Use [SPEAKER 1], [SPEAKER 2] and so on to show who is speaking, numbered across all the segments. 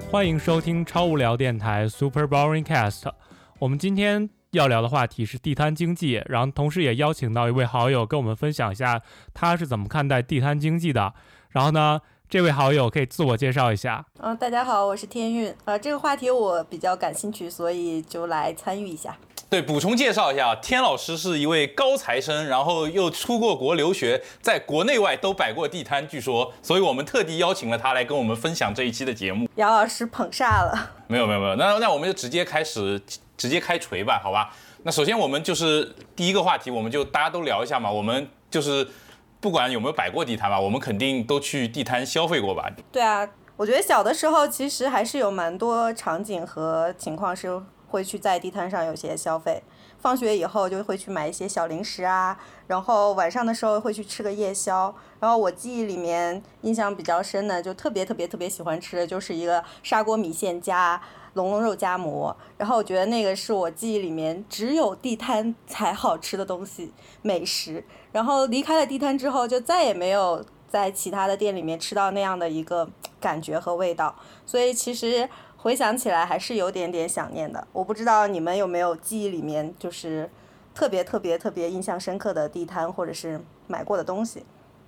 [SPEAKER 1] 欢迎收听超无聊电台 Super Boring Cast。我们今天要聊的话题是地摊经济，然后同时也邀请到一位好友跟我们分享一下他是怎么看待地摊经济的。然后呢，这位好友可以自我介绍一下。
[SPEAKER 2] 大家好，我是天韵。这个话题我比较感兴趣，所以就来参与一下。
[SPEAKER 3] 对，补充介绍一下，天老师是一位高材生，然后又出过国留学，在国内外都摆过地摊，据说，所以我们特地邀请了他来跟我们分享这一期的节目。
[SPEAKER 2] 杨老师捧煞了。
[SPEAKER 3] 没有，那我们就直接开锤吧，好吧？那首先我们就是第一个话题，我们就大家都聊一下嘛。我们就是不管有没有摆过地摊吧，我们肯定都去地摊消费过吧？
[SPEAKER 2] 对啊，我觉得小的时候其实还是有蛮多场景和情况是会去在地摊上有些消费，放学以后就会去买一些小零食啊，然后晚上的时候会去吃个夜宵。然后我记忆里面印象比较深的，就特别喜欢吃的就是一个砂锅米线加龙肉夹馍，然后我觉得那个是我记忆里面只有地摊才好吃的东西美食。然后离开了地摊之后，就再也没有在其他的店里面吃到那样的一个感觉和味道，所以其实回想起来还是有点想念的。我不知道你们有没有记忆里面就是特别印象深刻的地摊或者是买过的东西。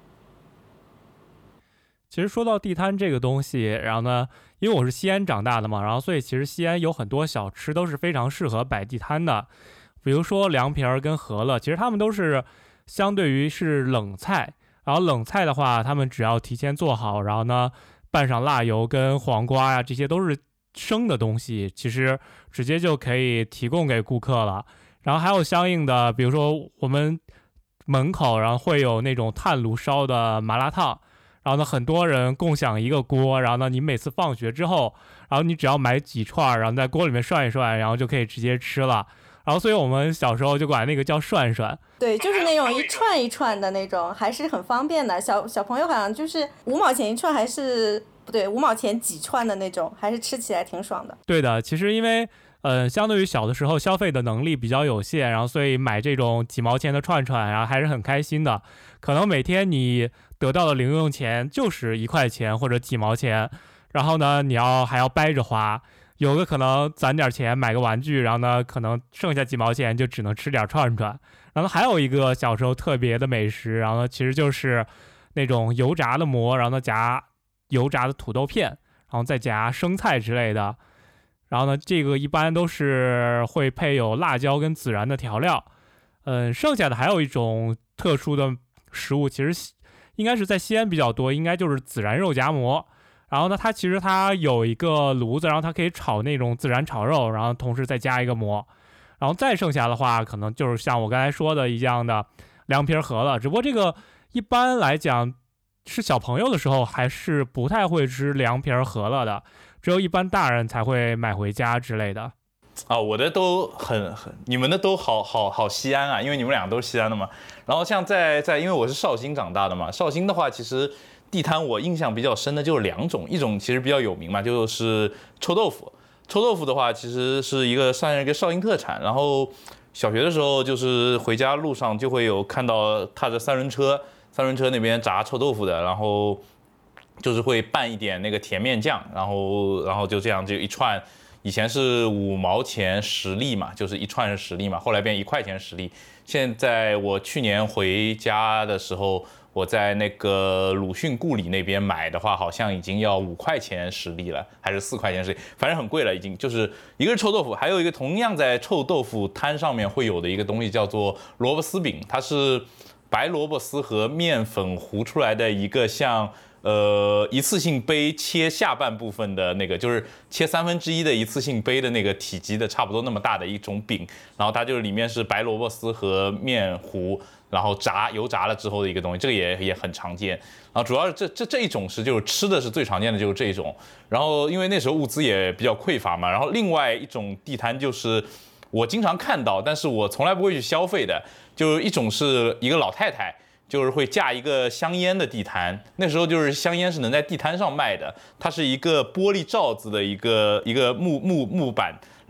[SPEAKER 1] 其实说到地摊这个东西，然后呢，因为我是西安长大的嘛，然后所以其实西安有很多小吃都是非常适合摆地摊的，比如说凉皮儿跟饸饹，其实他们都是相对于是冷菜，然后冷菜的话，他们只要提前做好，然后呢拌上辣油跟黄瓜呀，这些都是生的东西，其实直接就可以提供给顾客了。然后还有相应的，比如说我们门口然后会有那种炭炉烧的麻辣烫，然后呢很多人共享一个锅，然后呢你每次放学之后，然后你只要买几串，然后在锅里面涮一涮，然后就可以直接吃了。然后所以我们小时候就管那个叫涮涮。
[SPEAKER 2] 对，就是那种一串一串的那种，还是很方便的。小朋友好像就是5毛钱一串，还是不对，5毛钱几串的那种，还是吃起来挺爽的。
[SPEAKER 1] 对的，其实因为相对于小的时候消费的能力比较有限，然后所以买这种几毛钱的串串，然后还是很开心的。可能每天你得到的零用钱就是1块钱或者几毛钱，然后呢你还要掰着花，有个可能攒点钱买个玩具，然后呢可能剩下几毛钱就只能吃点串串。然后还有一个小时候特别的美食，然后呢其实就是那种油炸的馍，然后呢夹油炸的土豆片，然后再夹生菜之类的。然后呢这个一般都是会配有辣椒跟孜然的调料。剩下的还有一种特殊的食物，其实应该是在西安比较多，应该就是孜然肉夹馍。然后呢它其实它有一个炉子，然后它可以炒那种孜然炒肉，然后同时再加一个馍。然后再剩下的话可能就是像我刚才说的一样的凉皮饸饹，只不过这个一般来讲是小朋友的时候还是不太会吃凉皮饸饹的，只有一般大人才会买回家之类的。
[SPEAKER 3] 我的都很你们的都好西安啊，因为你们俩都是西安的嘛。然后像因为我是绍兴长大的嘛，绍兴的话其实地摊我印象比较深的就是2种，一种其实比较有名嘛，就是臭豆腐。臭豆腐的话其实是算是一个绍兴特产，然后小学的时候就是回家路上就会有看到踏着三轮车那边炸臭豆腐的，然后就是会拌一点那个甜面酱，然后就这样就一串，以前是5毛钱10粒嘛，就是一串是10粒嘛，后来变1块钱10粒。现在我去年回家的时候，我在那个鲁迅故里那边买的话，好像已经要5块钱10粒了，还是4块钱10粒，反正很贵了已经。就是一个是臭豆腐，还有一个同样在臭豆腐摊上面会有的一个东西叫做萝卜丝饼，它是白萝卜丝和面粉糊出来的一个像一次性杯切下半部分的那个，就是切1/3的一次性杯的那个体积的差不多那么大的一种饼，然后它就是里面是白萝卜丝和面糊，然后油炸了之后的一个东西，这个也很常见。然后主要是这一种就是吃的是最常见的就是这一种，然后因为那时候物资也比较匮乏嘛，然后另外一种地摊就是我经常看到，但是我从来不会去消费的，就是一种是一个老太太。就是会架一个香烟的地摊，那时候就是香烟是能在地摊上卖的，它是一个玻璃罩子的一个木板，然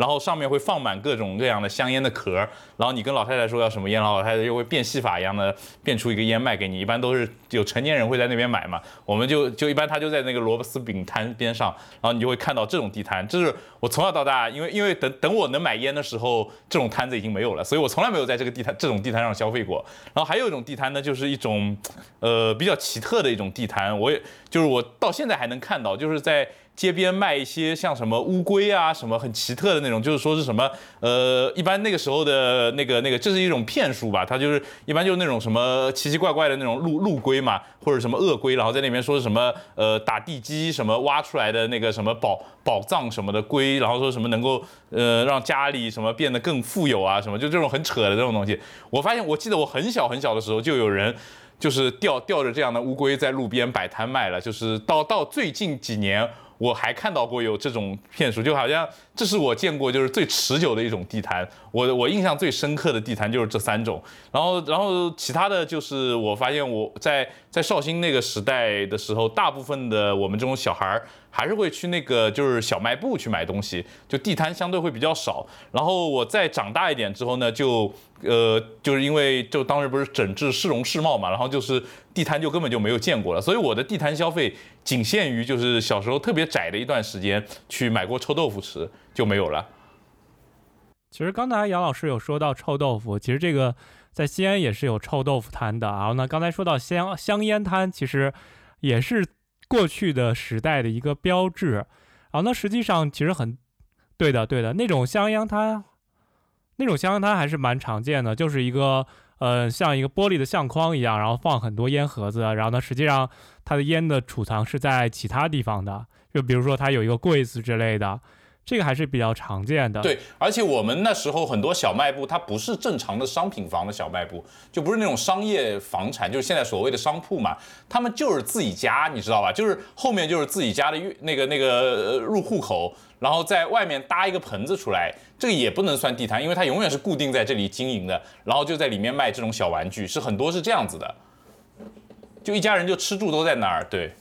[SPEAKER 3] 然后上面会放满各种各样的香烟的壳，然后你跟老太太说要什么烟，然后老太太又会变戏法一样的变出一个烟卖给你，一般都是有成年人会在那边买嘛，我们就一般他就在那个萝卜丝饼摊边上，然后你就会看到这种地摊，这是我从小到大，因为等我能买烟的时候，这种摊子已经没有了，所以我从来没有在这种地摊上消费过。然后还有一种地摊呢，就是一种比较奇特的一种地摊，我到现在还能看到，就是在街边卖一些像什么乌龟啊，什么很奇特的那种，就是说是什么一般那个时候的那个，这是一种骗术吧，它就是一般就是那种什么奇奇怪怪的那种陆龟嘛，或者什么鳄龟，然后在那边说是什么打地基什么挖出来的那个什么宝藏什么的龟，然后说什么能够让家里什么变得更富有啊什么，就这种很扯的这种东西。我记得我很小的时候就有人就是吊着这样的乌龟在路边摆摊卖了，就是到最近几年。我还看到过有这种骗术，就好像这是我见过就是最持久的一种地摊。我印象最深刻的地摊就是这3种，然后其他的就是我发现我在绍兴那个时代的时候，大部分的我们这种小孩还是会去那个就是小卖部去买东西，就地摊相对会比较少。然后我再长大一点之后呢，就是因为就当时不是整治市容市貌嘛，然后就是地摊就根本就没有见过了，所以我的地摊消费仅限于就是小时候特别窄的一段时间去买过臭豆腐吃就没有了。
[SPEAKER 1] 其实刚才杨老师有说到臭豆腐，其实这个在西安也是有臭豆腐摊的。然后呢，刚才说到香烟摊，其实也是过去的时代的一个标志。然后呢，实际上其实对的，那种香烟摊还是蛮常见的，就是一个像一个玻璃的相框一样，然后放很多烟盒子。然后呢，实际上它的烟的储藏是在其他地方的，就比如说它有一个柜子之类的。这个还是比较常见的。
[SPEAKER 3] 对，而且我们那时候很多小卖部，它不是正常的商品房的小卖部，就不是那种商业房产，就是现在所谓的商铺嘛，他们就是自己家，你知道吧？就是后面就是自己家的那个入户口，然后在外面搭一个棚子出来，这个也不能算地摊，因为它永远是固定在这里经营的，然后就在里面卖这种小玩具，很多是这样子的，就一家人就吃住都在那儿，对。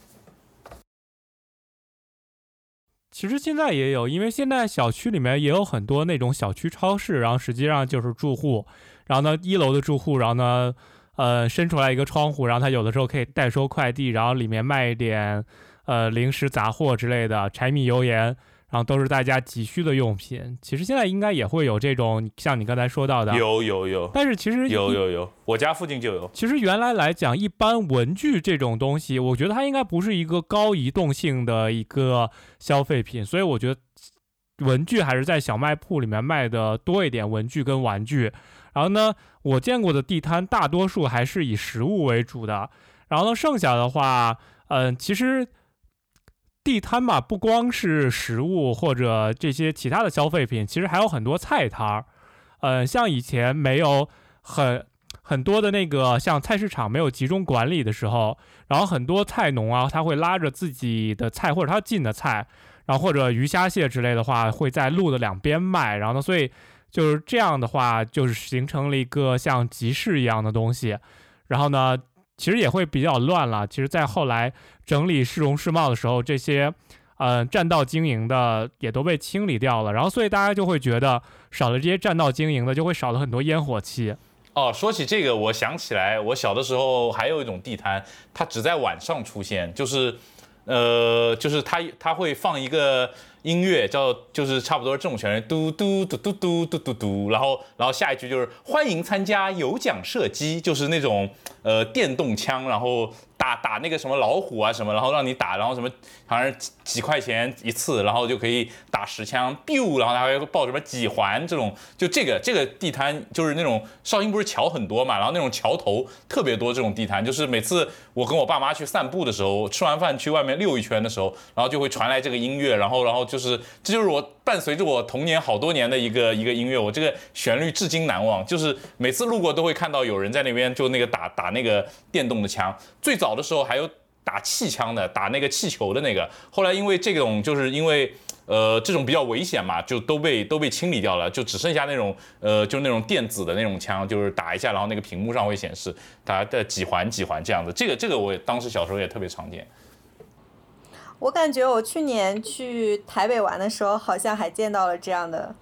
[SPEAKER 1] 其实现在也有，因为现在小区里面也有很多那种小区超市，然后实际上就是住户，然后呢1楼的住户，然后呢伸出来一个窗户，然后他有的时候可以代收快递，然后里面卖一点零食杂货之类的，柴米油盐，然后都是大家急需的用品。其实现在应该也会有这种像你刚才说到的，
[SPEAKER 3] 有，
[SPEAKER 1] 但是其实
[SPEAKER 3] 有，我家附近就有。
[SPEAKER 1] 其实原来来讲，一般文具这种东西，我觉得它应该不是一个高移动性的一个消费品，所以我觉得文具还是在小卖铺里面卖的多一点，文具跟玩具。然后呢，我见过的地摊大多数还是以食物为主的，然后呢，剩下的话，其实地摊嘛，不光是食物或者这些其他的消费品，其实还有很多菜摊儿。像以前没有很多的那个像菜市场没有集中管理的时候，然后很多菜农啊，他会拉着自己的菜或者他进的菜，然后或者鱼虾蟹之类的话，会在路的两边卖。然后呢，所以就是这样的话，就是形成了一个像集市一样的东西。然后呢，其实也会比较乱了。其实，在后来整理市容市貌的时候，这些占道经营的也都被清理掉了。然后，所以大家就会觉得少了这些占道经营的，就会少了很多烟火气。
[SPEAKER 3] 哦，说起这个，我想起来，我小的时候还有一种地摊，它只在晚上出现，就是它会放一个音乐，就是差不多这种旋律，嘟嘟嘟嘟嘟嘟嘟嘟，然后下一句就是欢迎参加有奖射击，就是那种电动枪，然后打那个什么老虎啊什么，然后让你打，然后什么好像几块钱一次，然后就可以打10枪 ，biu， 然后他会报什么几环这种，就这个地摊就是那种绍兴不是桥很多嘛，然后那种桥头特别多这种地摊，就是每次我跟我爸妈去散步的时候，吃完饭去外面溜一圈的时候，然后就会传来这个音乐，然后这就是我伴随着我童年好多年的一个音乐，我这个旋律至今难忘，就是每次路过都会看到有人在那边就那个打那个电动的枪，最早的时候还有打气枪的，打那个气球的那个，后来因为这种就是因为这种比较危险嘛，就都被清理掉了，就只剩下那种就那种电子的那种枪，就是打一下，然后那个屏幕上会显示打的几环这样子，这个我当时小时候也特别常见。
[SPEAKER 2] 我感觉我去年去台北玩的时候，好像还见到了这样的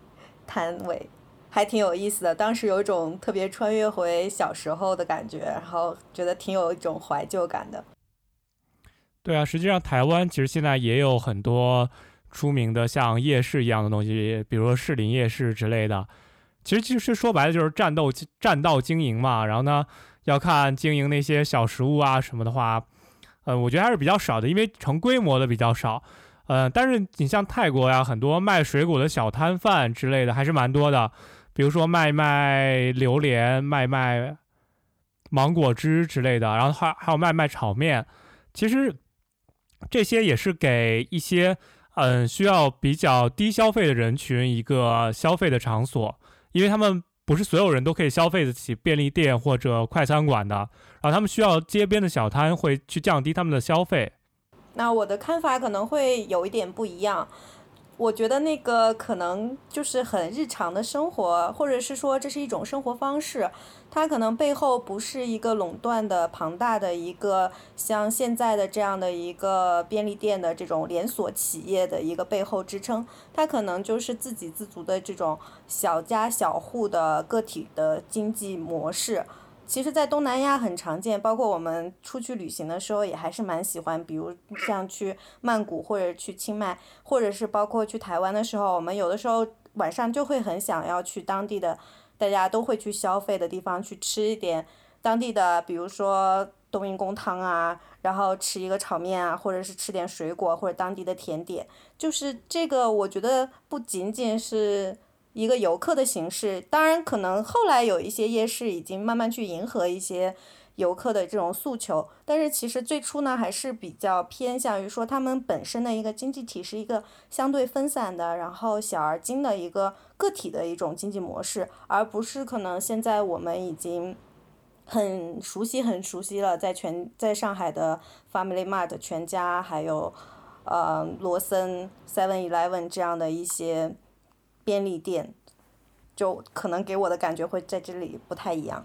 [SPEAKER 2] 摊位，还挺有意思的。当时有一种特别穿越回小时候的感觉，然后觉得挺有一种怀旧感的。
[SPEAKER 1] 对啊，实际上台湾其实现在也有很多出名的像夜市一样的东西，比如说士林夜市之类的。其实说白了就是占道经营嘛。然后呢，要看经营那些小食物啊什么的话，我觉得还是比较少的，因为成规模的比较少。但是你像泰国呀，很多卖水果的小摊贩之类的还是蛮多的，比如说卖榴莲、卖芒果汁之类的，然后还有卖炒面。其实这些也是给一些需要比较低消费的人群一个消费的场所，因为他们不是所有人都可以消费得起便利店或者快餐馆的，然后他们需要街边的小摊会去降低他们的消费。
[SPEAKER 2] 那我的看法可能会有一点不一样。我觉得那个可能就是很日常的生活，或者是说这是一种生活方式，它可能背后不是一个垄断的庞大的一个像现在的这样的一个便利店的这种连锁企业的一个背后支撑，它可能就是自给自足的这种小家小户的个体的经济模式。其实，在东南亚很常见，包括我们出去旅行的时候，也还是蛮喜欢，比如像去曼谷或者去清迈，或者是包括去台湾的时候，我们有的时候晚上就会很想要去当地的大家都会去消费的地方去吃一点当地的，比如说冬阴功汤啊，然后吃一个炒面啊，或者是吃点水果或者当地的甜点。就是这个，我觉得不仅仅是一个游客的形式，当然可能后来有一些夜市已经慢慢去迎合一些游客的这种诉求，但是其实最初呢还是比较偏向于说他们本身的一个经济体是一个相对分散的，然后小而精的一个个体的一种经济模式，而不是可能现在我们已经很熟悉了，在上海的 Family Mart 全家还有罗森 7-Eleven 这样的一些便利店，就可能给我的感觉会在这里不太一样。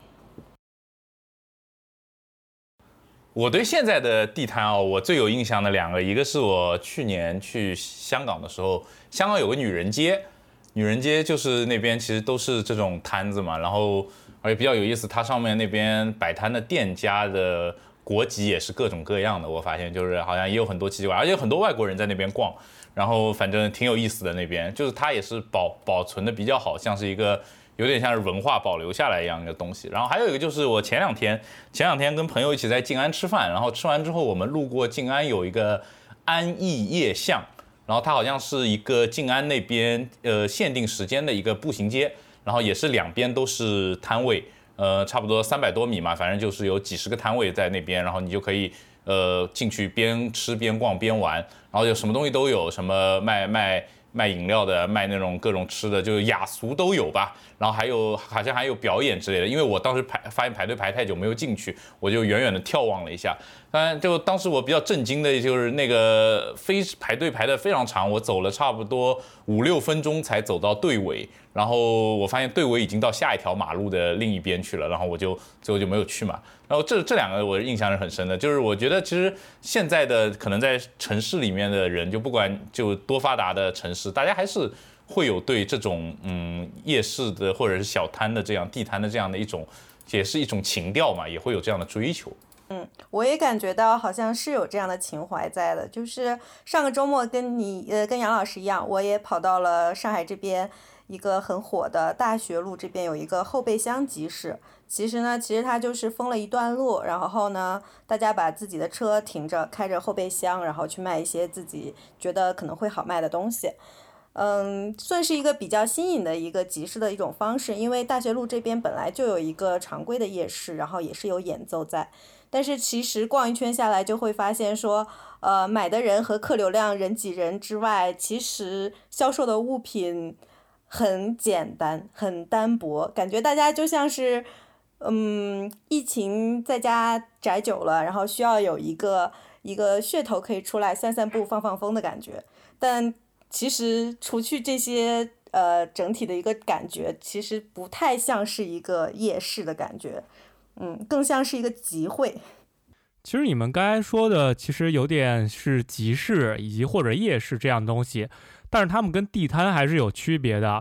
[SPEAKER 3] 我对现在的地摊啊，我最有印象的两个，一个是我去年去香港的时候，香港有个女人街，女人街就是那边其实都是这种摊子嘛，然后而且比较有意思，它上面那边摆摊的店家的国籍也是各种各样的，我发现就是好像也有很多奇奇怪，而且有很多外国人在那边逛，然后反正挺有意思的那边，就是它也是保存的比较好，像是一个有点像是文化保留下来一样的东西。然后还有一个就是我前两天跟朋友一起在静安吃饭，然后吃完之后我们路过静安有一个安逸夜巷，然后它好像是一个静安那边限定时间的一个步行街，然后也是两边都是摊位，差不多300多米嘛，反正就是有几十个摊位在那边，然后你就可以进去边吃边逛边玩，然后有什么东西都有，什么卖饮料的，卖那种各种吃的，就雅俗都有吧。然后好像还有表演之类的，因为我当时发现排队排太久没有进去，我就远远的眺望了一下。当然，就当时我比较震惊的就是那个排队排得非常长，我走了差不多5-6分钟才走到队尾，然后我发现队尾已经到下一条马路的另一边去了，然后我就最后就没有去嘛。然后这两个我印象是很深的，就是我觉得其实现在的可能在城市里面的人，就不管就多发达的城市，大家还是会有对这种夜市的或者是小摊的这样地摊的这样的一种，也是一种情调嘛，也会有这样的追求。
[SPEAKER 2] 我也感觉到好像是有这样的情怀在的。就是上个周末跟杨老师一样，我也跑到了上海这边一个很火的大学路这边有一个后备箱集市。其实它就是封了一段路，然后呢，大家把自己的车停着，开着后备箱，然后去卖一些自己觉得可能会好卖的东西。算是一个比较新颖的一个集市的一种方式，因为大学路这边本来就有一个常规的夜市，然后也是有演奏在。但是其实逛一圈下来就会发现说，买的人和客流量人挤人之外，其实销售的物品很简单，很单薄，感觉大家就像是，疫情在家宅久了，然后需要有一个噱头可以出来散散步、放风的感觉。但其实除去这些，整体的一个感觉，其实不太像是一个夜市的感觉。更像是一个集会。
[SPEAKER 1] 其实你们刚才说的其实有点是集市以及或者夜市这样的东西，但是他们跟地摊还是有区别的。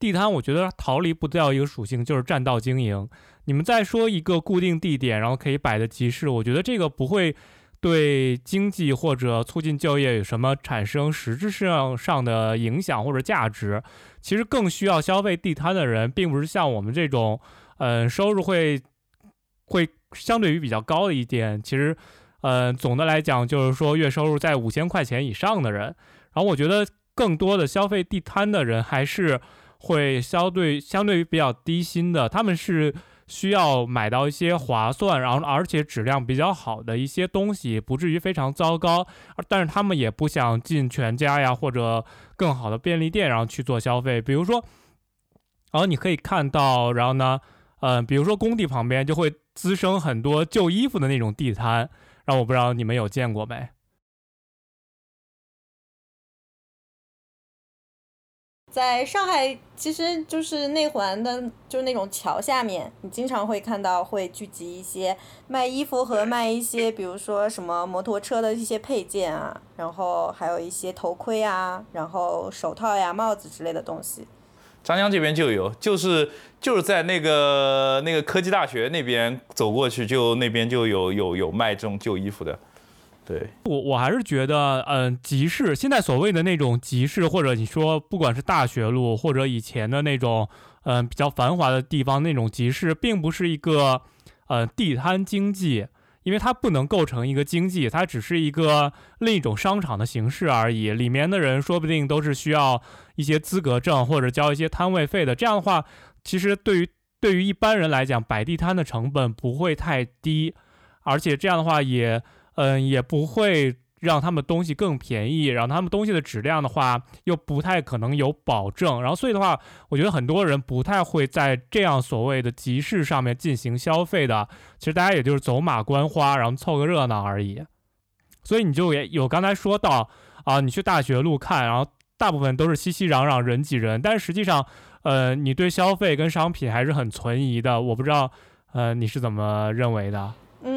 [SPEAKER 1] 地摊我觉得逃离不掉一个属性，就是占道经营。你们再说一个固定地点，然后可以摆的集市，我觉得这个不会对经济或者促进就业有什么产生实质上的影响或者价值。其实更需要消费地摊的人，并不是像我们这种，收入会相对于比较高的一点。其实，总的来讲就是说月收入在5000块钱以上的人。然后我觉得更多的消费地摊的人还是会相对于比较低薪的，他们是需要买到一些划算，然后而且质量比较好的一些东西，不至于非常糟糕。但是他们也不想进全家呀或者更好的便利店，然后去做消费。比如说，然后你可以看到，然后呢，比如说工地旁边就会滋生很多旧衣服的那种地摊，然后我不知道你们有见过没？
[SPEAKER 2] 在上海，其实就是内环的，就是那种桥下面，你经常会看到会聚集一些卖衣服和卖一些，比如说什么摩托车的一些配件啊，然后还有一些头盔啊，然后手套呀、帽子之类的东西。
[SPEAKER 3] 张江这边就有，就是在那个科技大学那边走过去，就那边就有卖这种旧衣服的。对，
[SPEAKER 1] 我还是觉得，集市现在所谓的那种集市，或者你说不管是大学路或者以前的那种，比较繁华的地方那种集市，并不是一个，地摊经济，因为它不能构成一个经济，它只是一个另一种商场的形式而已。里面的人说不定都是需要一些资格证或者交一些摊位费的。这样的话，其实对于一般人来讲，摆地摊的成本不会太低，而且这样的话也不会让他们东西更便宜，然后他们东西的质量的话又不太可能有保证，然后所以的话，我觉得很多人不太会在这样所谓的集市上面进行消费的。其实大家也就是走马观花，然后凑个热闹而已。所以你就也有刚才说到啊，你去大学路看，然后大部分都是熙熙攘攘人挤人，但是实际上你对消费跟商品还是很存疑的。我不知道你是怎么认为的？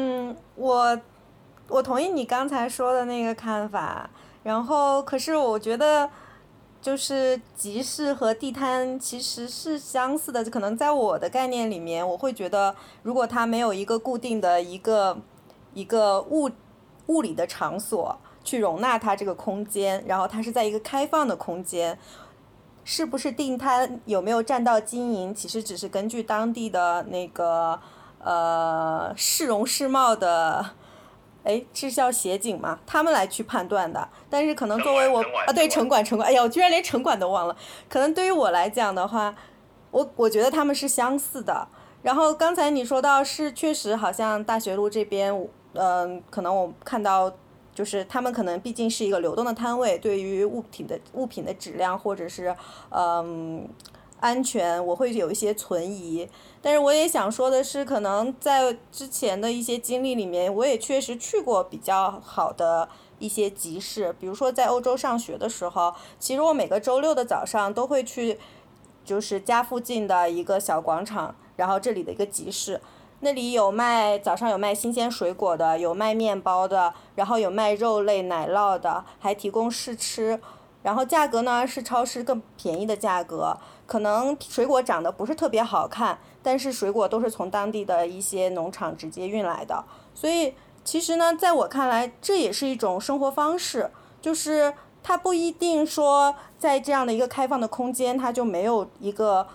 [SPEAKER 2] 我同意你刚才说的那个看法，然后可是我觉得就是集市和地摊其实是相似的，可能在我的概念里面，我会觉得如果它没有一个固定的一个物理的场所去容纳它这个空间，然后它是在一个开放的空间，是不是地摊有没有占道经营，其实只是根据当地的那个市容市貌的。这叫协警嘛？他们来去判断的。但是可能作为我对城管，哎呀，我居然连城管都忘了。可能对于我来讲的话，我觉得他们是相似的。然后刚才你说到是确实好像大学路这边，可能我看到就是他们可能毕竟是一个流动的摊位，对于物品的质量或者是安全，我会有一些存疑。但是我也想说的是，可能在之前的一些经历里面，我也确实去过比较好的一些集市，比如说在欧洲上学的时候，其实我每个周六的早上都会去，就是家附近的一个小广场，然后这里的一个集市，那里早上有卖新鲜水果的，有卖面包的，然后有卖肉类奶酪的，还提供试吃，然后价格呢是超市更便宜的价格。可能水果长得不是特别好看，但是水果都是从当地的一些农场直接运来的，所以其实呢，在我看来，这也是一种生活方式，就是它不一定说在这样的一个开放的空间，它就没有一个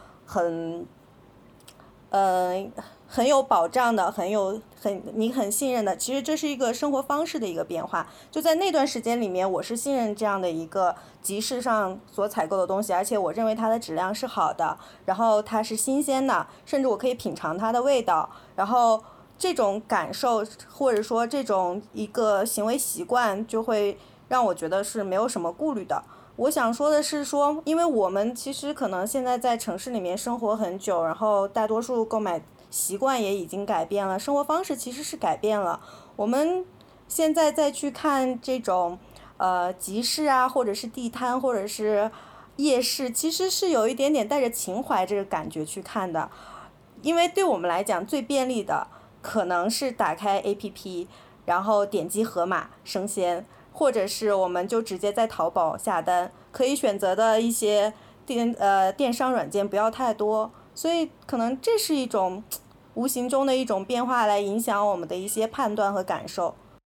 [SPEAKER 2] 很有保障的，你很信任的，其实这是一个生活方式的一个变化。就在那段时间里面，我是信任这样的一个集市上所采购的东西，而且我认为它的质量是好的，然后它是新鲜的，甚至我可以品尝它的味道，然后这种感受或者说这种一个行为习惯，就会让我觉得是没有什么顾虑的。我想说的是说，因为我们其实可能现在在城市里面生活很久，然后大多数购买习惯也已经改变了，生活方式其实是改变了。我们现在再去看这种集市啊，或者是地摊，或者是夜市，其实是有一点点带着情怀这个感觉去看的。因为对我们来讲最便利的可能是打开 APP， 然后点击盒马生鲜，或者是我们就直接在淘宝下单，可以选择的一些电商软件不要太多，所以可能这是一种无形中的一种变化，来影响我们的一些判断和感受。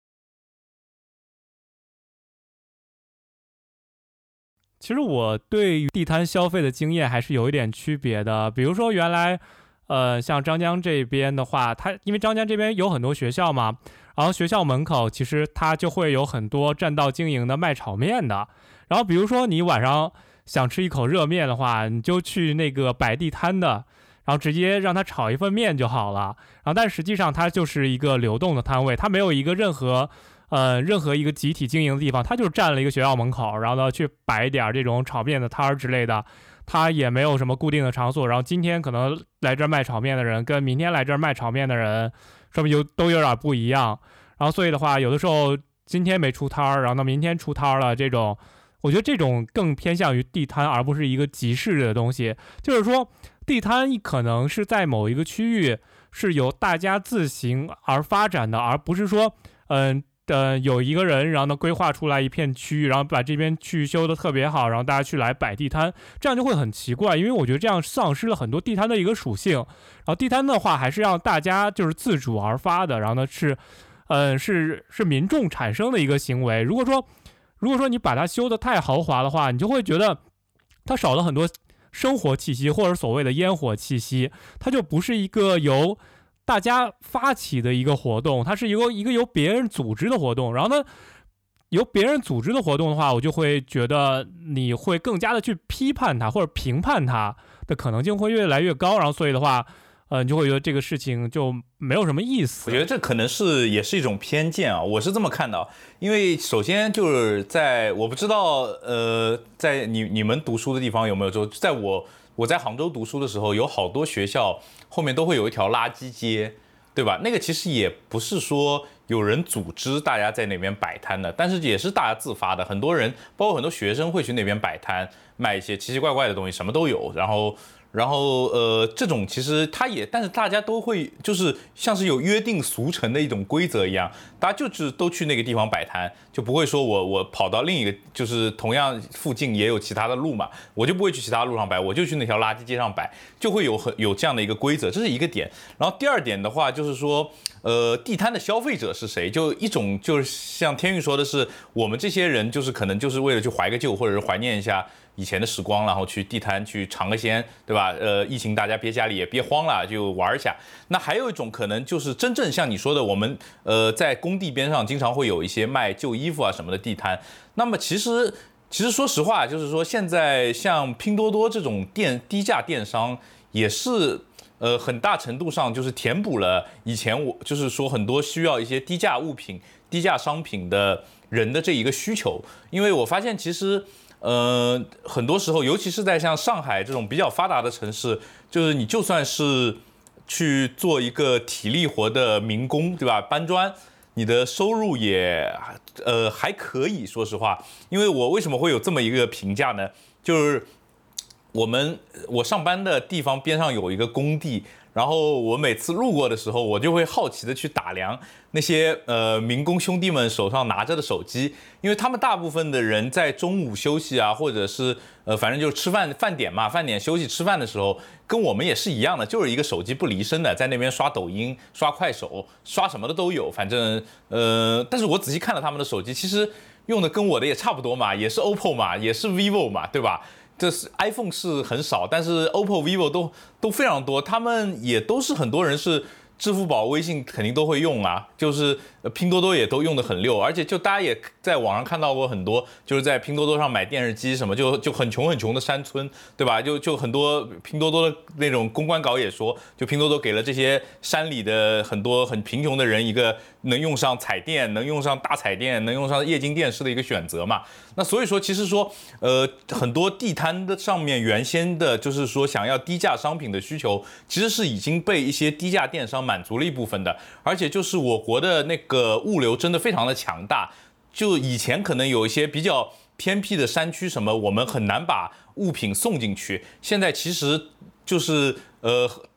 [SPEAKER 1] 其实我对于地摊消费的经验还是有一点区别的。比如说原来，像张江这边的话，因为张江这边有很多学校嘛，然后学校门口其实它就会有很多占道经营的卖炒面的。然后比如说你晚上想吃一口热面的话，你就去那个摆地摊的，然后直接让他炒一份面就好了。然后但实际上它就是一个流动的摊位，它没有一个任何一个集体经营的地方，它就是占了一个学校门口，然后呢去摆一点这种炒面的摊儿之类的，它也没有什么固定的场所。然后今天可能来这儿卖炒面的人，跟明天来这儿卖炒面的人，说不定都有点不一样。然后所以的话，有的时候今天没出摊儿，然后呢明天出摊儿了，这种我觉得这种更偏向于地摊，而不是一个集市的东西。就是说，地摊可能是在某一个区域是由大家自行而发展的，而不是说有一个人，然后呢规划出来一片区域，然后把这边区域修得特别好，然后大家去来摆地摊，这样就会很奇怪。因为我觉得这样丧失了很多地摊的一个属性。然后地摊的话，还是让大家就是自主而发的，然后呢是民众产生的一个行为。如果说你把它修得太豪华的话，你就会觉得它少了很多生活气息，或者所谓的烟火气息，它就不是一个由大家发起的一个活动，它是一个由别人组织的活动。然后呢，由别人组织的活动的话，我就会觉得你会更加的去批判它或者评判它的可能性会越来越高。然后所以的话，你就会觉得这个事情就没有什么意思。
[SPEAKER 3] 我觉得这可能也是一种偏见啊，我是这么看到。因为首先就是我不知道在你们读书的地方有没有，就在我在杭州读书的时候，有好多学校后面都会有一条垃圾街，对吧？那个其实也不是说有人组织大家在那边摆摊的，但是也是大家自发的。很多人，包括很多学生会去那边摆摊，卖一些奇奇怪怪的东西，什么都有。然后这种其实但是大家都会就是像是有约定俗成的一种规则一样，大家就是都去那个地方摆摊，就不会说我跑到另一个就是同样附近也有其他的路嘛，我就不会去其他路上摆，我就去那条垃圾街上摆，就会有这样的一个规则，这是一个点。然后第二点的话就是说，地摊的消费者是谁？就一种就是像天宇说的是，我们这些人就是可能就是为了去怀个旧，或者是怀念一下以前的时光，然后去地摊去尝个鲜，对吧？疫情大家憋家里也憋荒了，就玩一下。那还有一种可能就是真正像你说的，我们在工地边上经常会有一些卖旧衣服啊什么的地摊。那么其实说实话，就是说现在像拼多多这种低价电商也是很大程度上就是填补了以前我就是说很多需要一些低价物品、低价商品的人的这一个需求。因为我发现其实很多时候，尤其是在像上海这种比较发达的城市，就是你就算是去做一个体力活的民工，对吧？搬砖，你的收入也还可以，说实话。因为我为什么会有这么一个评价呢？就是我上班的地方边上有一个工地，然后我每次路过的时候，我就会好奇的去打量那些民工兄弟们手上拿着的手机，因为他们大部分的人在中午休息啊，或者是反正就是饭点嘛，饭点休息吃饭的时候，跟我们也是一样的，就是一个手机不离身的，在那边刷抖音、刷快手、刷什么的都有，反正但是我仔细看了他们的手机，其实用的跟我的也差不多嘛，也是 OPPO 嘛，也是 vivo 嘛，对吧？这是 iPhone 是很少，但是 OPPO、vivo 都非常多，他们也都是很多人是支付宝、微信肯定都会用啊，就是拼多多也都用得很溜，而且就大家也在网上看到过很多，就是在拼多多上买电视机什么，就很穷的山村，对吧？就很多拼多多的那种公关稿也说，就拼多多给了这些山里的很多很贫穷的人一个能用上彩电、能用上大彩电、能用上液晶电视的一个选择嘛。那所以说，其实说，很多地摊的上面原先的就是说想要低价商品的需求，其实是已经被一些低价电商满足了一部分的。而且就是我国的那个物流真的非常的强大，就以前可能有一些比较偏僻的山区什么，我们很难把物品送进去，现在其实就是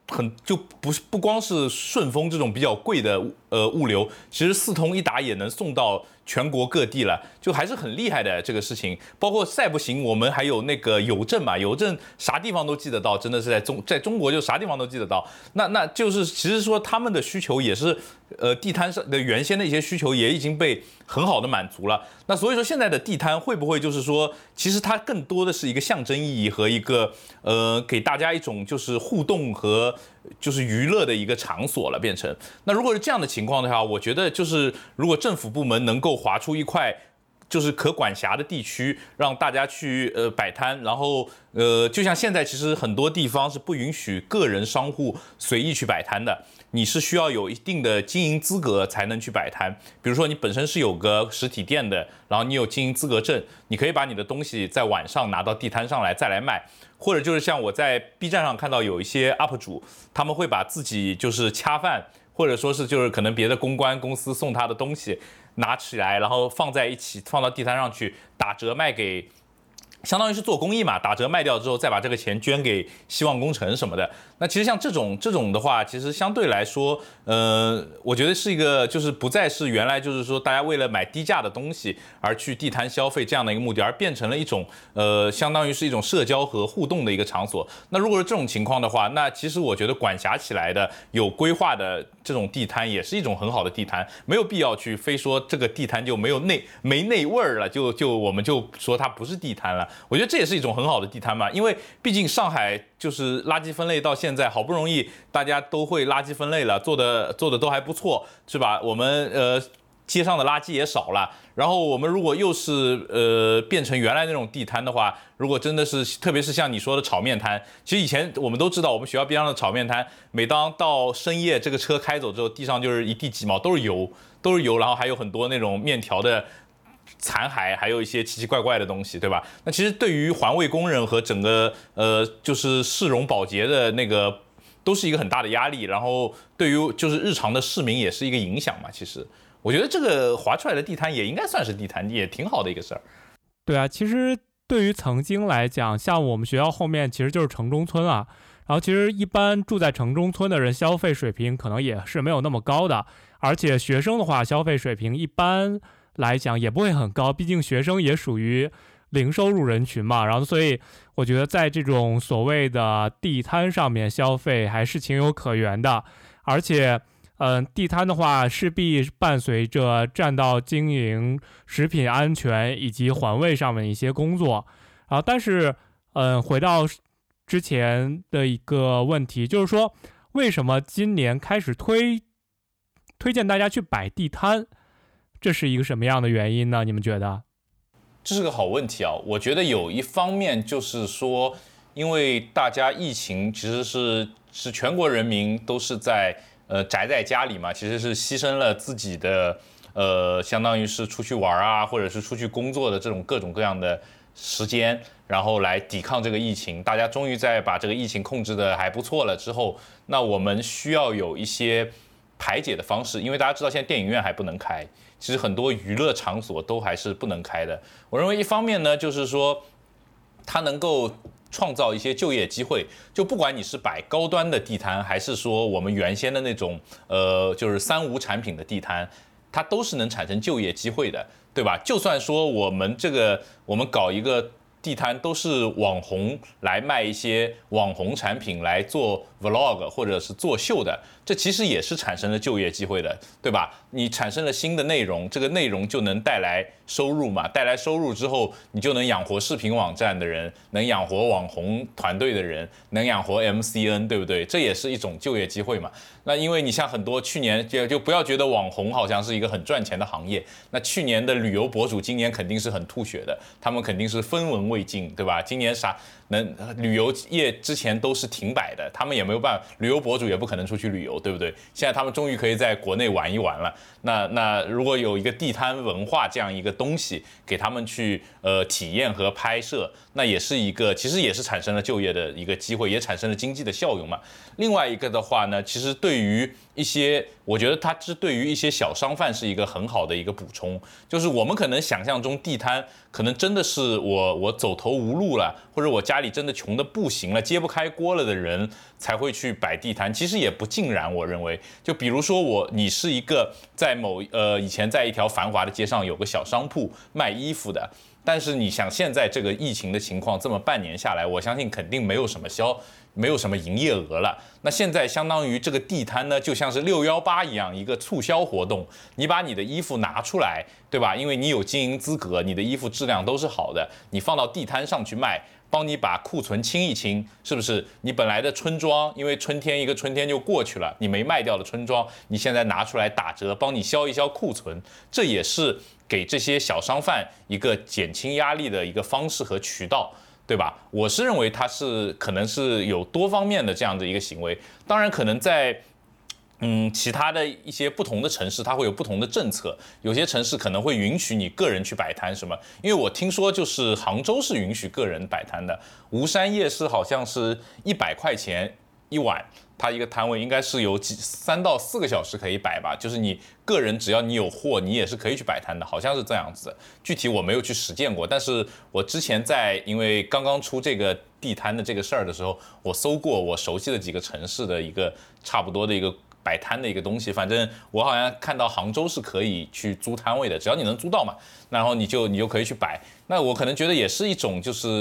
[SPEAKER 3] 就不光是顺丰这种比较贵的物流，其实四通一达也能送到全国各地了，就还是很厉害的这个事情。包括再不行，我们还有那个邮政嘛，邮政啥地方都寄得到，真的是在中国就啥地方都寄得到。那就是其实说他们的需求也是地摊上的原先的一些需求也已经被很好的满足了。那所以说现在的地摊会不会就是说，其实它更多的是一个象征意义和一个给大家一种就是互动和就是娱乐的一个场所了，变成。那如果是这样的情况的话，我觉得就是如果政府部门能够划出一块就是可管辖的地区，让大家去摆摊，然后就像现在其实很多地方是不允许个人商户随意去摆摊的，你是需要有一定的经营资格才能去摆摊。比如说你本身是有个实体店的，然后你有经营资格证，你可以把你的东西在晚上拿到地摊上来再来卖。或者就是像我在 B 站上看到有一些 UP 主，他们会把自己就是恰饭，或者说是就是可能别的公关公司送他的东西拿起来，然后放在一起，放到地摊上去打折卖给，相当于是做公益嘛，打折卖掉之后再把这个钱捐给希望工程什么的。那其实像这种的话，其实相对来说，我觉得是一个就是不再是原来就是说大家为了买低价的东西而去地摊消费这样的一个目的，而变成了一种相当于是一种社交和互动的一个场所。那如果是这种情况的话，那其实我觉得管辖起来的有规划的这种地摊也是一种很好的地摊，没有必要去非说这个地摊就没内味儿了，就我们就说它不是地摊了。我觉得这也是一种很好的地摊嘛，因为毕竟上海就是垃圾分类到现在好不容易大家都会垃圾分类了，做的都还不错，是吧？我们街上的垃圾也少了，然后我们如果又是变成原来那种地摊的话，如果真的是特别是像你说的炒面摊，其实以前我们都知道，我们学校边上的炒面摊，每当到深夜这个车开走之后，地上就是一地鸡毛，都是油，然后还有很多那种面条的残骸，还有一些奇奇怪怪的东西，对吧？那其实对于环卫工人和整个就是市容保洁的那个都是一个很大的压力，然后对于就是日常的市民也是一个影响嘛。其实我觉得这个划出来的地摊也应该算是地摊，也挺好的一个事儿。
[SPEAKER 1] 对啊，其实对于曾经来讲，像我们学校后面其实就是城中村啊，然后其实一般住在城中村的人消费水平可能也是没有那么高的，而且学生的话消费水平一般来讲也不会很高，毕竟学生也属于零收入人群嘛，然后所以我觉得在这种所谓的地摊上面消费还是情有可原的。而且地摊的话势必伴随着占到经营食品安全以及环卫上面一些工作。然后但是回到之前的一个问题，就是说为什么今年开始推荐大家去摆地摊，这是一个什么样的原因呢？你们觉得？
[SPEAKER 3] 这是个好问题啊！我觉得有一方面就是说，因为大家疫情其实是全国人民都是在宅在家里嘛，其实是牺牲了自己的相当于是出去玩啊，或者是出去工作的这种各种各样的时间，然后来抵抗这个疫情。大家终于在把这个疫情控制的还不错了之后，那我们需要有一些排解的方式，因为大家知道现在电影院还不能开，其实很多娱乐场所都还是不能开的。我认为一方面呢，就是说它能够创造一些就业机会，就不管你是摆高端的地摊，还是说我们原先的那种就是三无产品的地摊，它都是能产生就业机会的，对吧？就算说我们搞一个地摊都是网红来卖一些网红产品来做 vlog 或者是做秀的，这其实也是产生了就业机会的，对吧？你产生了新的内容，这个内容就能带来收入嘛，带来收入之后，你就能养活视频网站的人，能养活网红团队的人，能养活 MCN， 对不对？这也是一种就业机会嘛。那因为你像很多去年就不要觉得网红好像是一个很赚钱的行业，那去年的旅游博主今年肯定是很吐血的，他们肯定是分文未尽，对吧？今年旅游业之前都是停摆的，他们也没有办法，旅游博主也不可能出去旅游，对不对？现在他们终于可以在国内玩一玩了。那如果有一个地摊文化这样一个东西给他们去体验和拍摄，那也是一个其实也是产生了就业的一个机会，也产生了经济的效用嘛。另外一个的话呢，其实对于一些，我觉得它是对于一些小商贩是一个很好的一个补充，就是我们可能想象中地摊可能真的是我走投无路了，或者我家家里真的穷的不行了，揭不开锅了的人才会去摆地摊。其实也不尽然，我认为，就比如说你是一个在以前在一条繁华的街上有个小商铺卖衣服的。但是你想现在这个疫情的情况，这么半年下来，我相信肯定没有什么营业额了。那现在相当于这个地摊呢，就像是618一样，一个促销活动。你把你的衣服拿出来，对吧？因为你有经营资格，你的衣服质量都是好的，你放到地摊上去卖，帮你把库存清一清，是不是？你本来的春装，因为一个春天就过去了，你没卖掉的春装，你现在拿出来打折，帮你消一消库存，这也是给这些小商贩一个减轻压力的一个方式和渠道，对吧？我是认为它可能是有多方面的这样的一个行为。当然，可能在其他的一些不同的城市，它会有不同的政策。有些城市可能会允许你个人去摆摊什么，因为我听说就是杭州是允许个人摆摊的，吴山夜市好像是100块钱一晚。它一个摊位应该是有3到4个小时可以摆吧，就是你个人只要你有货，你也是可以去摆摊的，好像是这样子的。具体我没有去实践过，但是我之前因为刚刚出这个地摊的这个事儿的时候，我搜过我熟悉的几个城市的一个差不多的一个摆摊的一个东西，反正我好像看到杭州是可以去租摊位的，只要你能租到嘛，然后你就可以去摆。那我可能觉得也是一种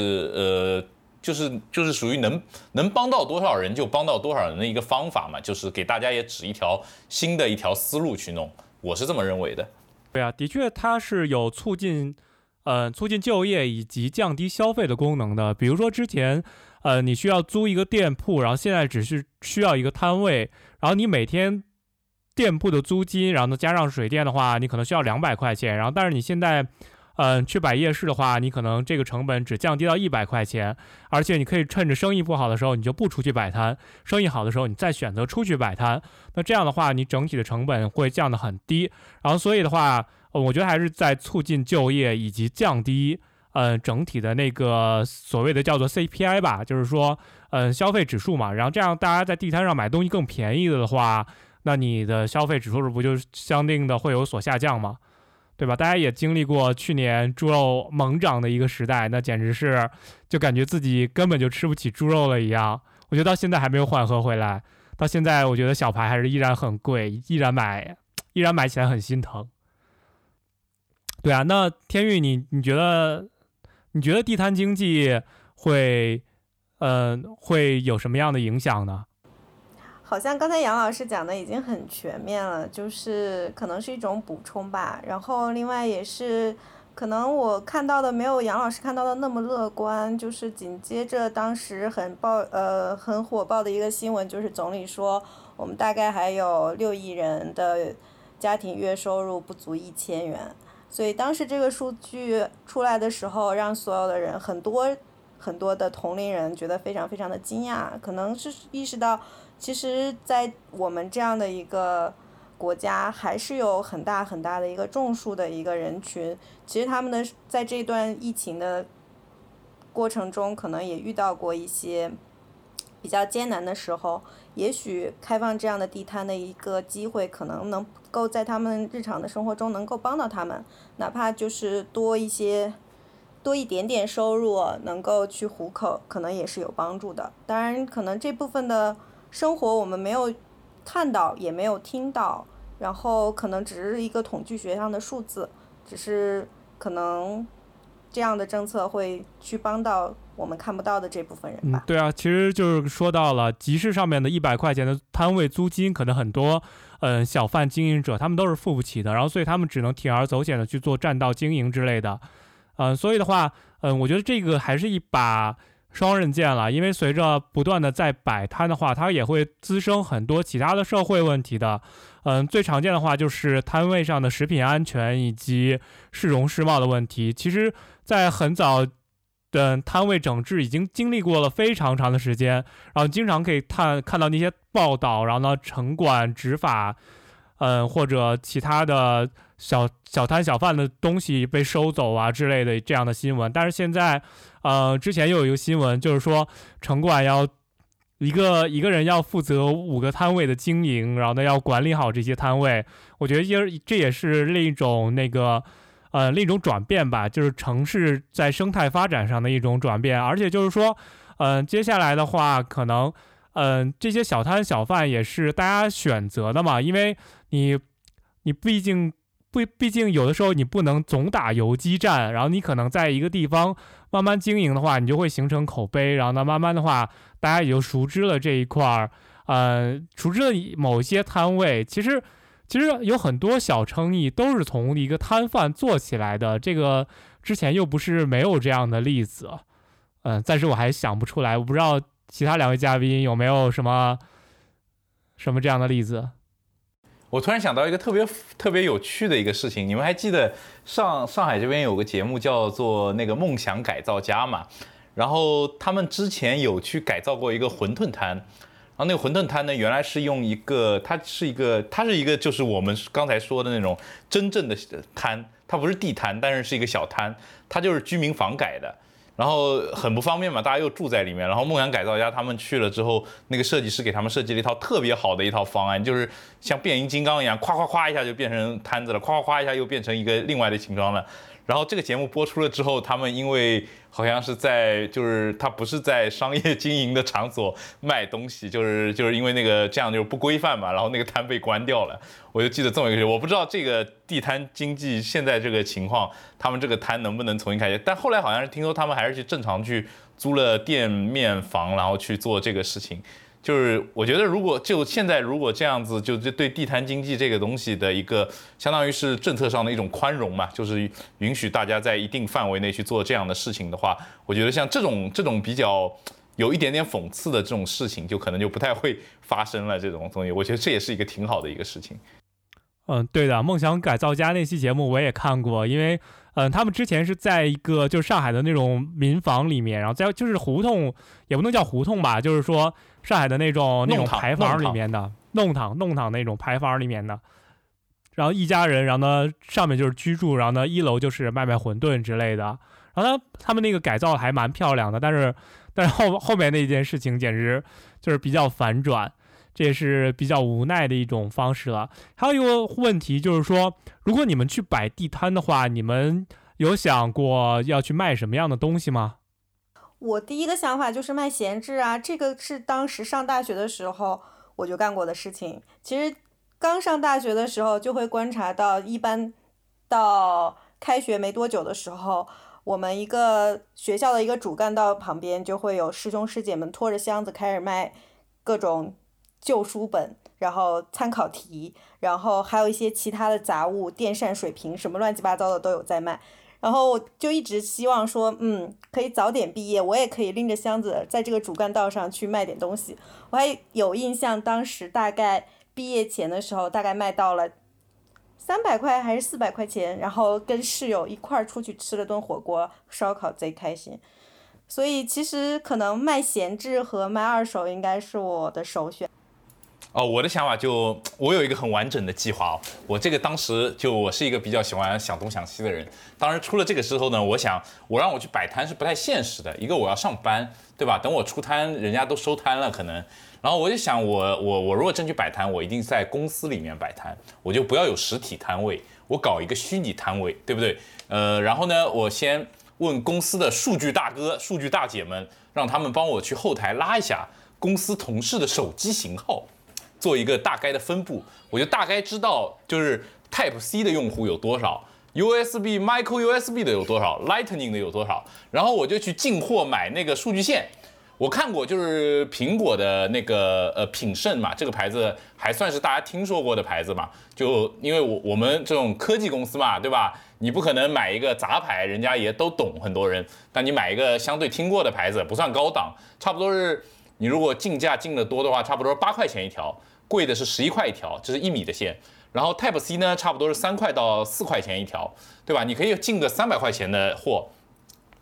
[SPEAKER 3] 就是属于能帮到多少人就帮到多少人的一个方法嘛，就是给大家也指新的一条思路去弄，我是这么认为的。
[SPEAKER 1] 对啊，的确它是有促进就业以及降低消费的功能的。比如说之前你需要租一个店铺，然后现在只是需要一个摊位，然后你每天店铺的租金，然后呢加上水电的话，你可能需要200块钱，然后但是你现在去摆夜市的话，你可能这个成本只降低到100块钱，而且你可以趁着生意不好的时候，你就不出去摆摊，生意好的时候，你再选择出去摆摊。那这样的话，你整体的成本会降得很低。然后所以的话，我觉得还是在促进就业以及降低整体的那个所谓的叫做 CPI 吧，就是说消费指数嘛。然后这样大家在地摊上买东西更便宜的话，那你的消费指数不就相应的会有所下降吗？对吧？大家也经历过去年猪肉猛涨的一个时代，那简直是就感觉自己根本就吃不起猪肉了一样。我觉得到现在还没有缓和回来，到现在我觉得小排还是依然很贵，依然买起来很心疼。对啊，那天宇你觉得地摊经济会有什么样的影响呢？
[SPEAKER 2] 好像刚才杨老师讲的已经很全面了，就是可能是一种补充吧。然后另外也是，可能我看到的没有杨老师看到的那么乐观。就是紧接着当时很火爆的一个新闻，就是总理说我们大概还有6亿人的家庭月收入不足1000元。所以当时这个数据出来的时候，让所有的人很多的同龄人觉得非常非常的惊讶，可能是意识到。其实在我们这样的一个国家，还是有很大很大的一个众数的一个人群，其实他们在这段疫情的过程中，可能也遇到过一些比较艰难的时候，也许开放这样的地摊的一个机会，可能能够在他们日常的生活中能够帮到他们，哪怕就是多一点点收入，能够去糊口，可能也是有帮助的。当然，可能这部分的生活我们没有看到，也没有听到，然后可能只是一个统计学上的数字，只是可能这样的政策会去帮到我们看不到的这部分人吧。
[SPEAKER 1] 对啊，其实就是说到了集市上面的100块钱的摊位租金，可能很多小贩经营者他们都是付不起的，然后所以他们只能铤而走险的去做占道经营之类的。所以的话，我觉得这个还是一把双刃剑了，因为随着不断的在摆摊的话，它也会滋生很多其他的社会问题的。最常见的话就是摊位上的食品安全以及市容市貌的问题。其实在很早的摊位整治已经经历过了非常长的时间，然后经常可以看到那些报道，然后呢城管执法或者其他的小摊小贩的东西被收走啊之类的这样的新闻。但是现在之前又有一个新闻，就是说城管要一个人要负责5个摊位的经营，然后呢要管理好这些摊位。我觉得这也是另一种那个另一种转变吧，就是城市在生态发展上的一种转变。而且就是说，接下来的话，可能，这些小摊小贩也是大家选择的嘛，因为你毕竟有的时候你不能总打游击战，然后你可能在一个地方慢慢经营的话，你就会形成口碑，然后呢，慢慢的话，大家也就熟知了这一块儿，熟知了某些摊位。其实有很多小生意都是从一个摊贩做起来的，这个之前又不是没有这样的例子，暂时我还想不出来，我不知道其他两位嘉宾有没有什么这样的例子。
[SPEAKER 3] 我突然想到一个特别有趣的一个事情，你们还记得上海这边有个节目叫做那个梦想改造家嘛？然后他们之前有去改造过一个馄饨摊，然后那个馄饨摊呢，原来是用一个，它是一个就是我们刚才说的那种真正的摊，它不是地摊，但是是一个小摊，它就是居民房改的。然后很不方便嘛，大家又住在里面。然后梦想改造家他们去了之后，那个设计师给他们设计了一套特别好的一套方案，就是像变形金刚一样，咵咵咵一下就变成摊子了，咵咵咵一下又变成一个另外的形状了。然后这个节目播出了之后，他们因为好像是就是他不是在商业经营的场所卖东西，就是因为那个这样就是不规范嘛，然后那个摊被关掉了。我就记得这么一个事，我不知道这个地摊经济现在这个情况，他们这个摊能不能重新开业？但后来好像是听说他们还是去正常去租了店面房，然后去做这个事情。就是我觉得，现在如果这样子，就对地摊经济这个东西的一个，相当于是政策上的一种宽容嘛，就是允许大家在一定范围内去做这样的事情的话，我觉得像这种比较有一点点讽刺的这种事情，就可能就不太会发生了。这种东西，我觉得这也是一个挺好的一个事情。
[SPEAKER 1] 对的，梦想改造家那期节目我也看过，因为他们之前是在一个就是上海的那种民房里面，然后在就是胡同，也不能叫胡同吧，就是说上海的那种牌坊里面的弄堂那种牌坊里面的，然后一家人，然后呢上面就是居住，然后呢一楼就是卖馄饨之类的，然后呢他们那个改造还蛮漂亮的，但是后面那件事情简直就是比较反转。这也是比较无奈的一种方式了。还有一个问题就是说，如果你们去摆地摊的话，你们有想过要去卖什么样的东西吗？
[SPEAKER 2] 我第一个想法就是卖闲置啊，这个是当时上大学的时候我就干过的事情。其实刚上大学的时候就会观察到，一般到开学没多久的时候，我们一个学校的一个主干道旁边就会有师兄师姐们拖着箱子开始卖各种旧书本，然后参考题，然后还有一些其他的杂物，电扇、水瓶什么乱七八糟的都有在卖。然后我就一直希望说，可以早点毕业，我也可以拎着箱子在这个主干道上去卖点东西。我还有印象，当时大概毕业前的时候，大概卖到了300块还是400块钱，然后跟室友一块儿出去吃了顿火锅，烧烤贼开心。所以其实可能卖闲置和卖二手应该是我的首选。
[SPEAKER 3] 我的想法我有一个很完整的计划哦。我这个当时我是一个比较喜欢想东想西的人。当时出了这个之后呢，我让我去摆摊是不太现实的。一个我要上班，对吧？等我出摊，人家都收摊了可能。然后我就想我如果真去摆摊，我一定在公司里面摆摊，我就不要有实体摊位，我搞一个虚拟摊位，对不对？然后呢，我先问公司的数据大哥、数据大姐们，让他们帮我去后台拉一下公司同事的手机型号。做一个大概的分布，我就大概知道就是 Type C 的用户有多少， USB、Micro USB 的有多少， Lightning 的有多少，然后我就去进货买那个数据线。我看过就是苹果的那个品胜嘛，这个牌子还算是大家听说过的牌子嘛，就因为我们这种科技公司嘛，对吧？你不可能买一个杂牌，人家也都懂很多人，但你买一个相对听过的牌子，不算高档，差不多是你如果进价进的多的话，差不多8块钱一条。贵的是11块一条，这是1米的线。然后 Type C 呢，差不多是3块到4块钱一条，对吧？你可以进个300块钱的货，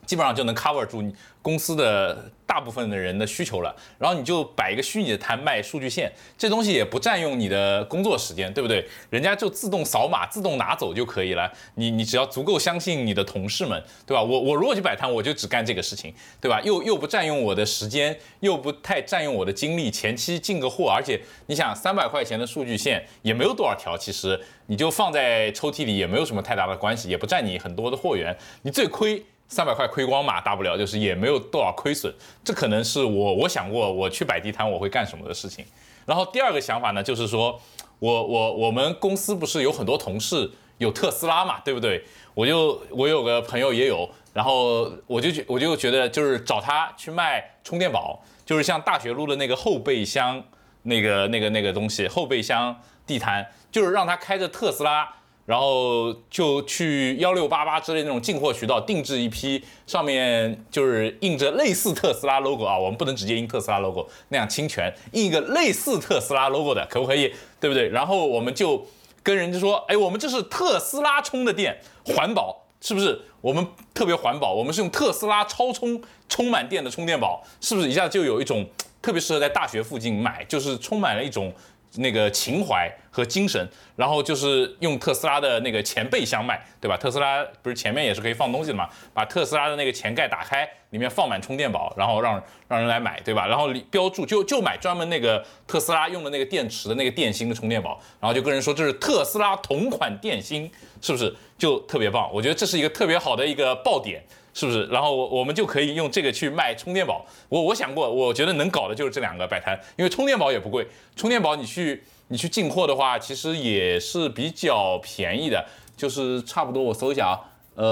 [SPEAKER 3] 基本上就能 cover 住你公司的大部分的人的需求了，然后你就摆一个虚拟的摊卖数据线，这东西也不占用你的工作时间，对不对？人家就自动扫码、自动拿走就可以了。你只要足够相信你的同事们，对吧？我如果去摆摊，我就只干这个事情，对吧？又不占用我的时间，又不太占用我的精力，前期进个货，而且你想300块钱的数据线也没有多少条，其实你就放在抽屉里也没有什么太大的关系，也不占你很多的货源，你最亏300块亏光嘛，大不了就是也没有多少亏损。这可能是我想过我去摆地摊我会干什么的事情。然后第二个想法呢，就是说我们公司不是有很多同事有特斯拉嘛，对不对？我有个朋友也有，然后我就觉得就是找他去卖充电宝，就是像大学路的那个后备箱那个东西，后备箱地摊，就是让他开着特斯拉。然后就去1688之类那种进货渠道定制一批，上面就是印着类似特斯拉 logo 啊，我们不能直接印特斯拉 logo， 那样侵权，印一个类似特斯拉 logo 的，可不可以？对不对？然后我们就跟人家说，哎，我们这是特斯拉充的电，环保，是不是？我们特别环保，我们是用特斯拉超充满电的充电宝，是不是一下就有一种特别适合在大学附近买，就是充满了一种那个情怀和精神，然后就是用特斯拉的那个前备箱卖，对吧？特斯拉不是前面也是可以放东西的嘛？把特斯拉的那个前盖打开，里面放满充电宝，然后让人来买，对吧？然后标注就买专门那个特斯拉用的那个电池的那个电芯的充电宝，然后就跟人说这是特斯拉同款电芯，是不是就特别棒？我觉得这是一个特别好的一个爆点。是不是？然后我们就可以用这个去卖充电宝。我想过，我觉得能搞的就是这2个摆摊，因为充电宝也不贵。充电宝你去进货的话，其实也是比较便宜的，就是差不多我搜一下啊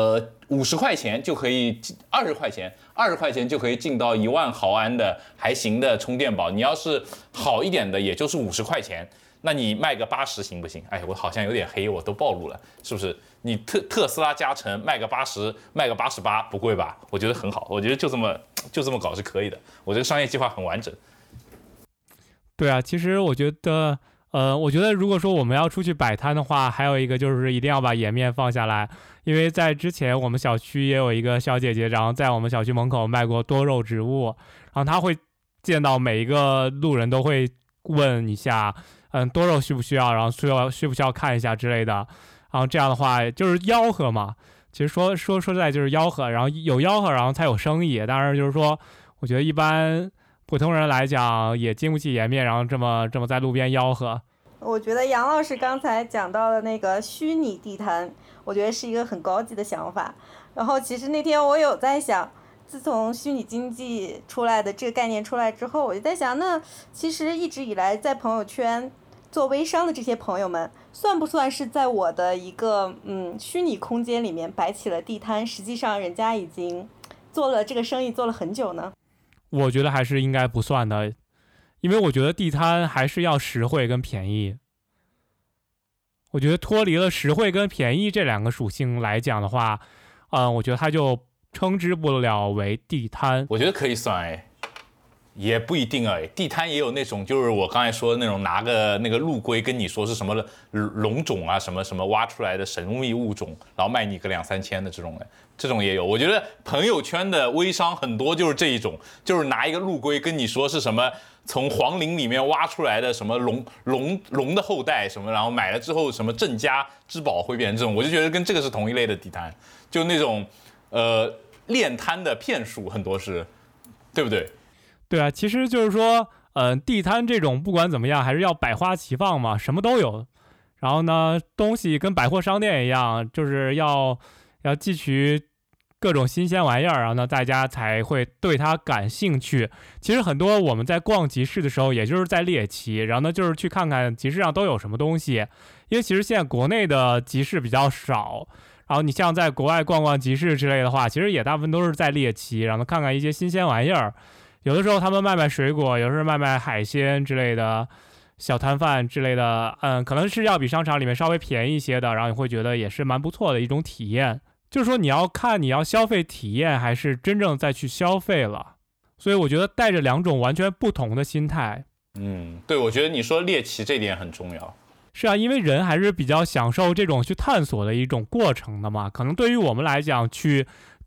[SPEAKER 3] ，50块钱就可以，20块钱就可以进到1万毫安的还行的充电宝。你要是好一点的，也就是50块钱。那你卖个80行不行？哎，我好像有点黑，我都暴露了，是不是？你特斯拉加成卖个80，卖个88，不贵吧？我觉得很好，我觉得就这么搞是可以的。我这个商业计划很完整。
[SPEAKER 1] 对啊，其实我觉得如果说我们要出去摆摊的话，还有一个就是一定要把颜面放下来，因为在之前我们小区也有一个小姐姐，然后在我们小区门口卖过多肉植物，然后她会见到每一个路人都会问一下，多肉需不需要，然后需不需要看一下之类的，然后这样的话就是吆喝嘛。其实说实在就是吆喝，然后有吆喝，然后才有生意。当然就是说，我觉得一般普通人来讲也经不起颜面，然后这么在路边吆喝。
[SPEAKER 2] 我觉得杨老师刚才讲到的那个虚拟地摊，我觉得是一个很高级的想法。然后其实那天我有在想，自从虚拟经济出来的这个概念出来之后，我就在想，那其实一直以来在朋友圈做微商的这些朋友们，算不算是在我的一个虚拟空间里面摆起了地摊？实际上人家已经做了这个生意做了很久呢？
[SPEAKER 1] 我觉得还是应该不算的，因为我觉得地摊还是要实惠跟便宜。我觉得脱离了实惠跟便宜这2个属性来讲的话，我觉得它就称之不了为地摊。
[SPEAKER 3] 我觉得可以算哎。也不一定哎，地摊也有那种，就是我刚才说的那种，拿个那个陆龟跟你说是什么龙种啊，什么挖出来的神秘物种，然后卖你个2-3千的这种也有。我觉得朋友圈的微商很多就是这一种，就是拿一个陆龟跟你说是什么从皇陵里面挖出来的什么龙的后代什么，然后买了之后什么镇家之宝会变成这种，我就觉得跟这个是同一类的地摊，就那种练摊的骗术很多是，对不对？
[SPEAKER 1] 对啊，其实就是说，地摊这种不管怎么样，还是要百花齐放嘛，什么都有。然后呢，东西跟百货商店一样，就是要汲取各种新鲜玩意儿，然后呢，大家才会对它感兴趣。其实很多我们在逛集市的时候，也就是在猎奇，然后呢，就是去看看集市上都有什么东西。因为其实现在国内的集市比较少，然后你像在国外逛逛集市之类的话，其实也大部分都是在猎奇，然后看看一些新鲜玩意儿。有的时候他们卖水果，有的时候卖海鲜之类的小摊贩之类的，可能是要比商场里面稍微便宜一些的，然后你会觉得也是蛮不错的一种体验。就是说你要看你要消费体验还是真正再去消费了，所以我觉得带着2种完全不同的心态。
[SPEAKER 3] 对，我觉得你说猎奇这点很重要。
[SPEAKER 1] 是啊，因为人还是比较享受这种去探索的一种过程的嘛。可能对于我们来讲，去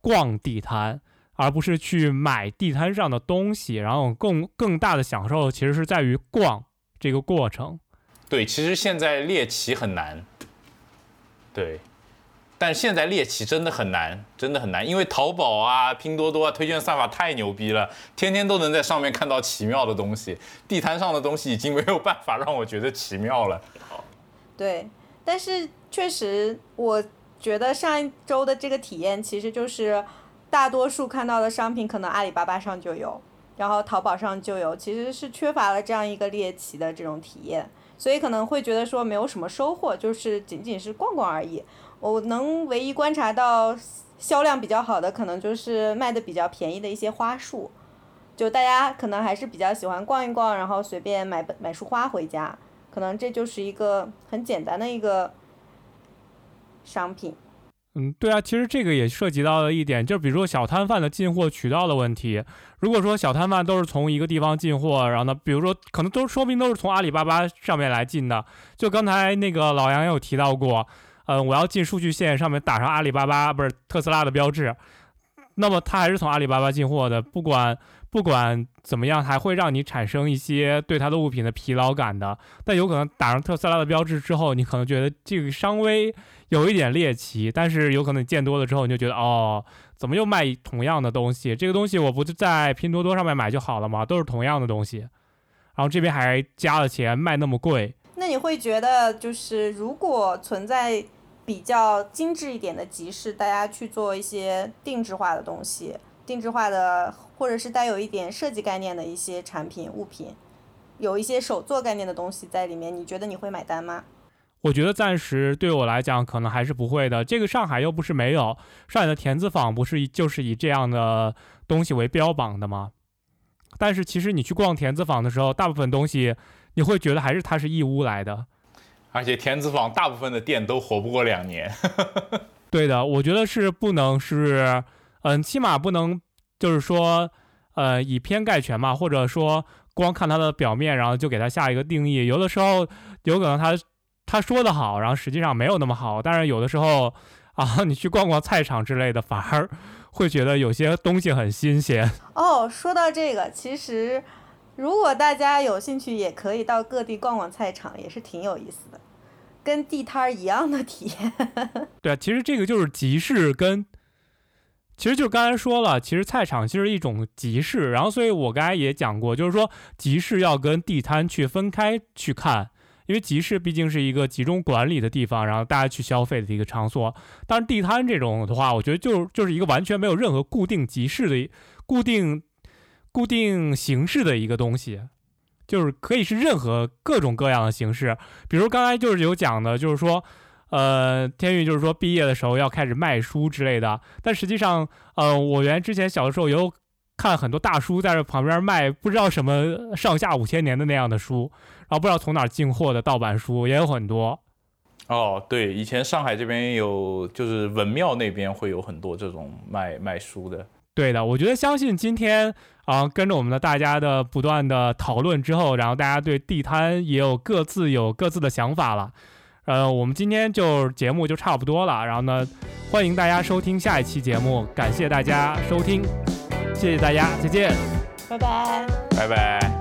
[SPEAKER 1] 逛地摊，而不是去买地摊上的东西，然后更大的享受其实是在于逛这个过程。
[SPEAKER 3] 对，其实现在猎奇很难，对，但现在猎奇真的很难，真的很难，因为淘宝啊、拼多多啊推荐算法太牛逼了，天天都能在上面看到奇妙的东西，地摊上的东西已经没有办法让我觉得奇妙了。
[SPEAKER 2] 对，但是确实我觉得上一周的这个体验其实就是大多数看到的商品可能阿里巴巴上就有，然后淘宝上就有，其实是缺乏了这样一个猎奇的这种体验，所以可能会觉得说没有什么收获，就是仅仅是逛逛而已。我能唯一观察到销量比较好的可能就是卖的比较便宜的一些花束，就大家可能还是比较喜欢逛一逛，然后随便买束花回家，可能这就是一个很简单的一个商品。
[SPEAKER 1] 对啊，其实这个也涉及到了一点，就比如说小摊贩的进货渠道的问题。如果说小摊贩都是从一个地方进货，然后呢，比如说可能都说明都是从阿里巴巴上面来进的。就刚才那个老杨有提到过，我要进数据线上面打上阿里巴巴不是特斯拉的标志，那么它还是从阿里巴巴进货的，不管怎么样，还会让你产生一些对它的物品的疲劳感的。但有可能打上特斯拉的标志之后，你可能觉得这个稍微有一点猎奇，但是有可能你见多了之后，你就觉得哦，怎么又卖同样的东西？这个东西我不就在拼多多上面买就好了吗？都是同样的东西，然后这边还加了钱卖那么贵。
[SPEAKER 2] 那你会觉得就是如果存在比较精致一点的集市，大家去做一些定制化的东西，定制化的或者是带有一点设计概念的一些产品物品，有一些手作概念的东西在里面，你觉得你会买单吗？
[SPEAKER 1] 我觉得暂时对我来讲可能还是不会的。这个上海又不是没有，上海的田子坊不是就是以这样的东西为标榜的吗？但是其实你去逛田子坊的时候，大部分东西你会觉得还是它是义乌来的，
[SPEAKER 3] 而且田子坊大部分的店都活不过2年。
[SPEAKER 1] 对的，我觉得是不能是，起码不能就是说，以偏概全嘛，或者说光看它的表面，然后就给它下一个定义。有的时候有可能他说的好，然后实际上没有那么好。但是有的时候啊，你去逛逛菜场之类的，反而会觉得有些东西很新鲜。
[SPEAKER 2] 哦，说到这个，其实如果大家有兴趣，也可以到各地逛逛菜场，也是挺有意思的，跟地摊一样的体验。
[SPEAKER 1] 对啊，其实这个就是集市其实就是刚才说了，其实菜场其实一种集市，然后所以我刚才也讲过，就是说集市要跟地摊去分开去看，因为集市毕竟是一个集中管理的地方，然后大家去消费的一个场所。但是地摊这种的话，我觉得就是一个完全没有任何固定集市的固定形式的一个东西，就是可以是任何各种各样的形式。比如刚才就是有讲的，就是说天宇就是说毕业的时候要开始卖书之类的，但实际上我之前小的时候也有看很多大叔在这旁边卖不知道什么上下5000年的那样的书，然后不知道从哪儿进货的盗版书也有很多。
[SPEAKER 3] 哦，对，以前上海这边有，就是文庙那边会有很多这种卖书的。
[SPEAKER 1] 对的，我觉得相信今天跟着我们的大家的不断的讨论之后，然后大家对地摊也有各自的想法了。我们今天节目就差不多了，然后呢，欢迎大家收听下一期节目，感谢大家收听，谢谢大家，再见，
[SPEAKER 2] 拜拜，
[SPEAKER 3] 拜拜。